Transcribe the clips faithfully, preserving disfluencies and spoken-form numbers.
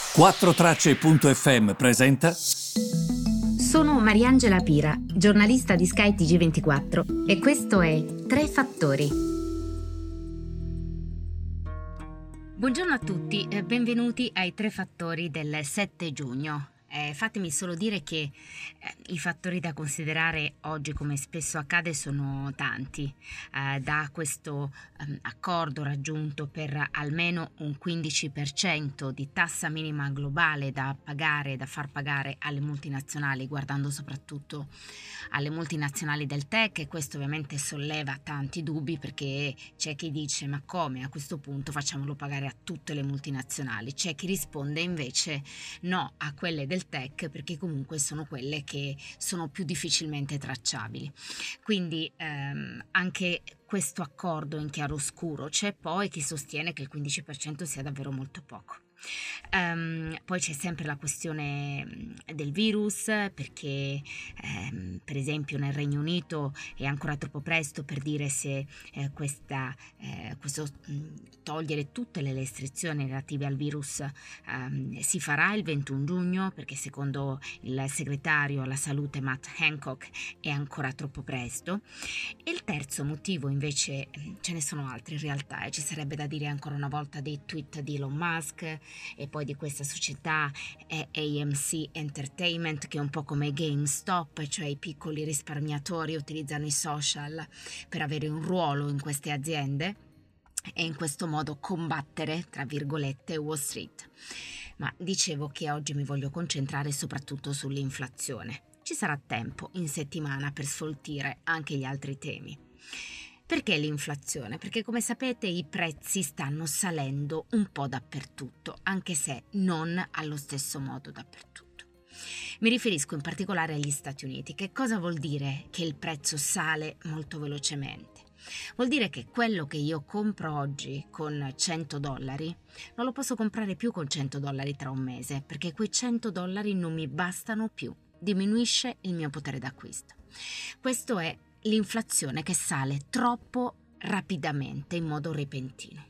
quattro tracce punto effe emme presenta. Sono Mariangela Pira, giornalista di Sky T G ventiquattro e questo è Tre Fattori. Buongiorno a tutti e benvenuti ai Tre Fattori del sette giugno. Eh, fatemi solo dire che eh, i fattori da considerare oggi, come spesso accade, sono tanti. Eh, da questo eh, accordo raggiunto per almeno un quindici per cento di tassa minima globale da pagare, da far pagare alle multinazionali, guardando soprattutto alle multinazionali del tech, e questo ovviamente solleva tanti dubbi, perché c'è chi dice: ma come, a questo punto facciamolo pagare a tutte le multinazionali? C'è chi risponde invece no, a quelle del tech, perché comunque sono quelle che sono più difficilmente tracciabili. Quindi ehm, anche questo accordo in chiaroscuro. C'è poi chi sostiene che il quindici per cento sia davvero molto poco. Um, poi c'è sempre la questione del virus, perché um, per esempio nel Regno Unito è ancora troppo presto per dire se eh, questa, eh, questo mh, togliere tutte le restrizioni relative al virus um, si farà il ventuno giugno, perché secondo il segretario alla salute Matt Hancock è ancora troppo presto. E il terzo motivo invece, ce ne sono altri in realtà, e ci sarebbe da dire ancora una volta dei tweet di Elon Musk e poi di questa società è A M C Entertainment, che è un po' come GameStop, cioè i piccoli risparmiatori utilizzano i social per avere un ruolo in queste aziende e in questo modo combattere, tra virgolette, Wall Street. Ma dicevo che oggi mi voglio concentrare soprattutto sull'inflazione. Ci sarà tempo in settimana per sfoltire anche gli altri temi. Perché l'inflazione? Perché, come sapete, i prezzi stanno salendo un po' dappertutto, anche se non allo stesso modo dappertutto. Mi riferisco in particolare agli Stati Uniti. Che cosa vuol dire che il prezzo sale molto velocemente? Vuol dire che quello che io compro oggi con cento dollari non lo posso comprare più con cento dollari tra un mese, perché quei cento dollari non mi bastano più. Diminuisce il mio potere d'acquisto. Questo è l'inflazione che sale troppo rapidamente, in modo repentino.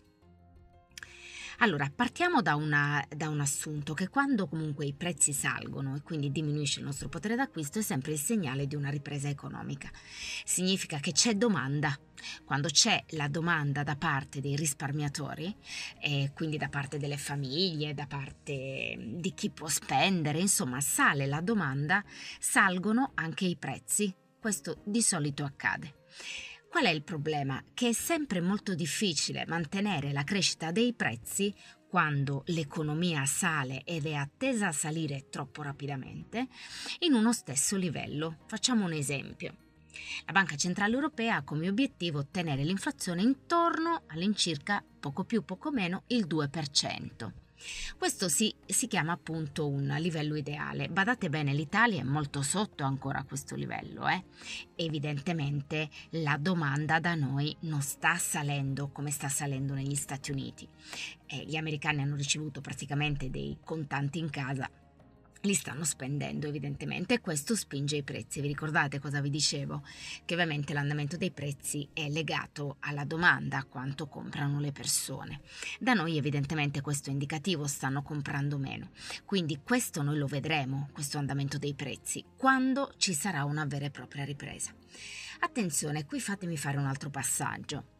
Allora, partiamo da, una, da un assunto: che quando comunque i prezzi salgono e quindi diminuisce il nostro potere d'acquisto, è sempre il segnale di una ripresa economica. Significa che c'è domanda. Quando c'è la domanda da parte dei risparmiatori, e quindi da parte delle famiglie, da parte di chi può spendere, insomma, sale la domanda, salgono anche i prezzi. Questo di solito accade. Qual è il problema? Che è sempre molto difficile mantenere la crescita dei prezzi quando l'economia sale ed è attesa a salire troppo rapidamente in uno stesso livello. Facciamo un esempio. La Banca Centrale Europea ha come obiettivo ottenere l'inflazione intorno all'incirca, poco più poco meno, il due per cento. Questo si, si chiama appunto un livello ideale. Badate bene, l'Italia è molto sotto ancora a questo livello. Eh? Evidentemente la domanda da noi non sta salendo come sta salendo negli Stati Uniti. Eh, gli americani hanno ricevuto praticamente dei contanti in casa, li stanno spendendo evidentemente, e questo spinge i prezzi. Vi ricordate cosa vi dicevo? Che ovviamente l'andamento dei prezzi è legato alla domanda, a quanto comprano le persone. Da noi evidentemente questo è indicativo, stanno comprando meno. Quindi questo noi lo vedremo, questo andamento dei prezzi, quando ci sarà una vera e propria ripresa. Attenzione, qui fatemi fare un altro passaggio.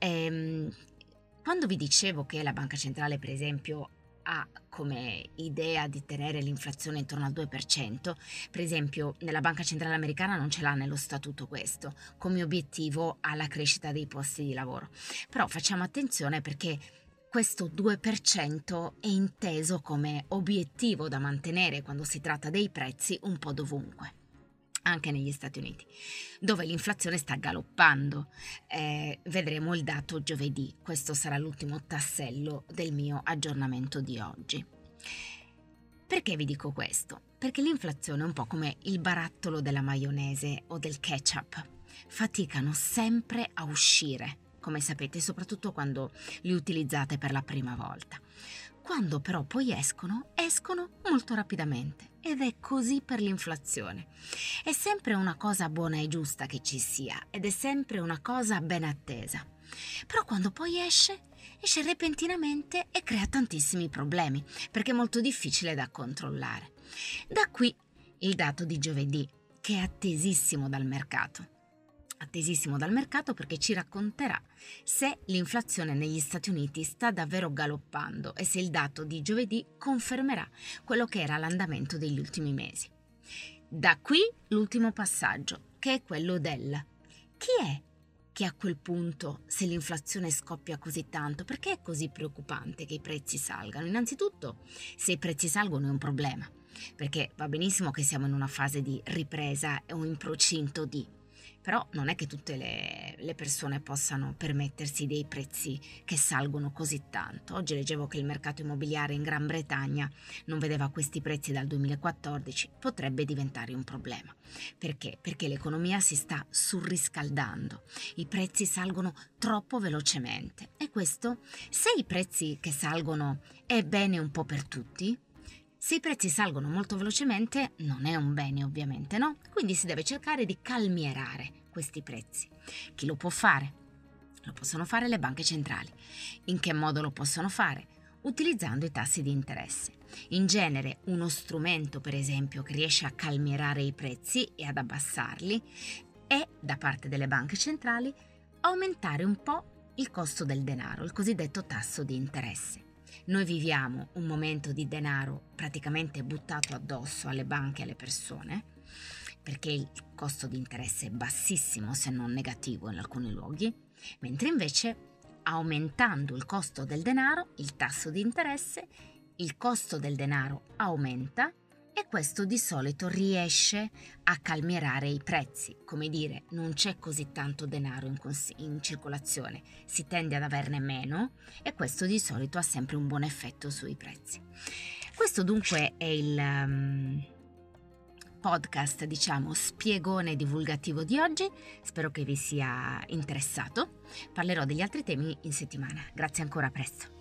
Ehm, quando vi dicevo che la Banca Centrale, per esempio, ha come idea di tenere l'inflazione intorno al due per cento, per esempio nella Banca Centrale Americana non ce l'ha nello statuto questo, come obiettivo alla crescita dei posti di lavoro. Però facciamo attenzione, perché questo due per cento è inteso come obiettivo da mantenere quando si tratta dei prezzi un po' dovunque. Anche negli Stati Uniti, dove l'inflazione sta galoppando. Eh, vedremo il dato giovedì. Questo sarà l'ultimo tassello del mio aggiornamento di oggi. Perché vi dico questo? Perché l'inflazione è un po' come il barattolo della maionese o del ketchup. Faticano sempre a uscire, come sapete, soprattutto quando li utilizzate per la prima volta. Quando però poi escono, escono molto rapidamente, ed è così per l'inflazione. È sempre una cosa buona e giusta che ci sia, ed è sempre una cosa ben attesa. Però quando poi esce, esce repentinamente e crea tantissimi problemi, perché è molto difficile da controllare. Da qui il dato di giovedì, che è attesissimo dal mercato. Attesissimo dal mercato perché ci racconterà se l'inflazione negli Stati Uniti sta davvero galoppando e se il dato di giovedì confermerà quello che era l'andamento degli ultimi mesi. Da qui l'ultimo passaggio, che è quello del chi è che a quel punto, se l'inflazione scoppia così tanto, perché è così preoccupante che i prezzi salgano? Innanzitutto, se i prezzi salgono è un problema, perché va benissimo che siamo in una fase di ripresa o in procinto di, però non è che tutte le, le persone possano permettersi dei prezzi che salgono così tanto. Oggi leggevo che il mercato immobiliare in Gran Bretagna non vedeva questi prezzi dal duemilaquattordici, potrebbe diventare un problema. Perché? Perché l'economia si sta surriscaldando, i prezzi salgono troppo velocemente e questo, se i prezzi che salgono è bene un po' per tutti, se i prezzi salgono molto velocemente non è un bene ovviamente, no? Quindi si deve cercare di calmierare questi prezzi. Chi lo può fare? Lo possono fare le banche centrali. In che modo lo possono fare? Utilizzando i tassi di interesse. In genere uno strumento, per esempio, che riesce a calmierare i prezzi e ad abbassarli è, da parte delle banche centrali, aumentare un po' il costo del denaro, il cosiddetto tasso di interesse. Noi viviamo un momento di denaro praticamente buttato addosso alle banche e alle persone, perché il costo di interesse è bassissimo, se non negativo in alcuni luoghi, mentre invece aumentando il costo del denaro, il tasso di interesse, il costo del denaro aumenta e questo di solito riesce a calmierare i prezzi. Come dire, non c'è così tanto denaro in, cons- in circolazione, si tende ad averne meno e questo di solito ha sempre un buon effetto sui prezzi. Questo dunque è il um, podcast, diciamo, spiegone divulgativo di oggi. Spero che vi sia interessato. Parlerò degli altri temi in settimana. Grazie ancora, a presto.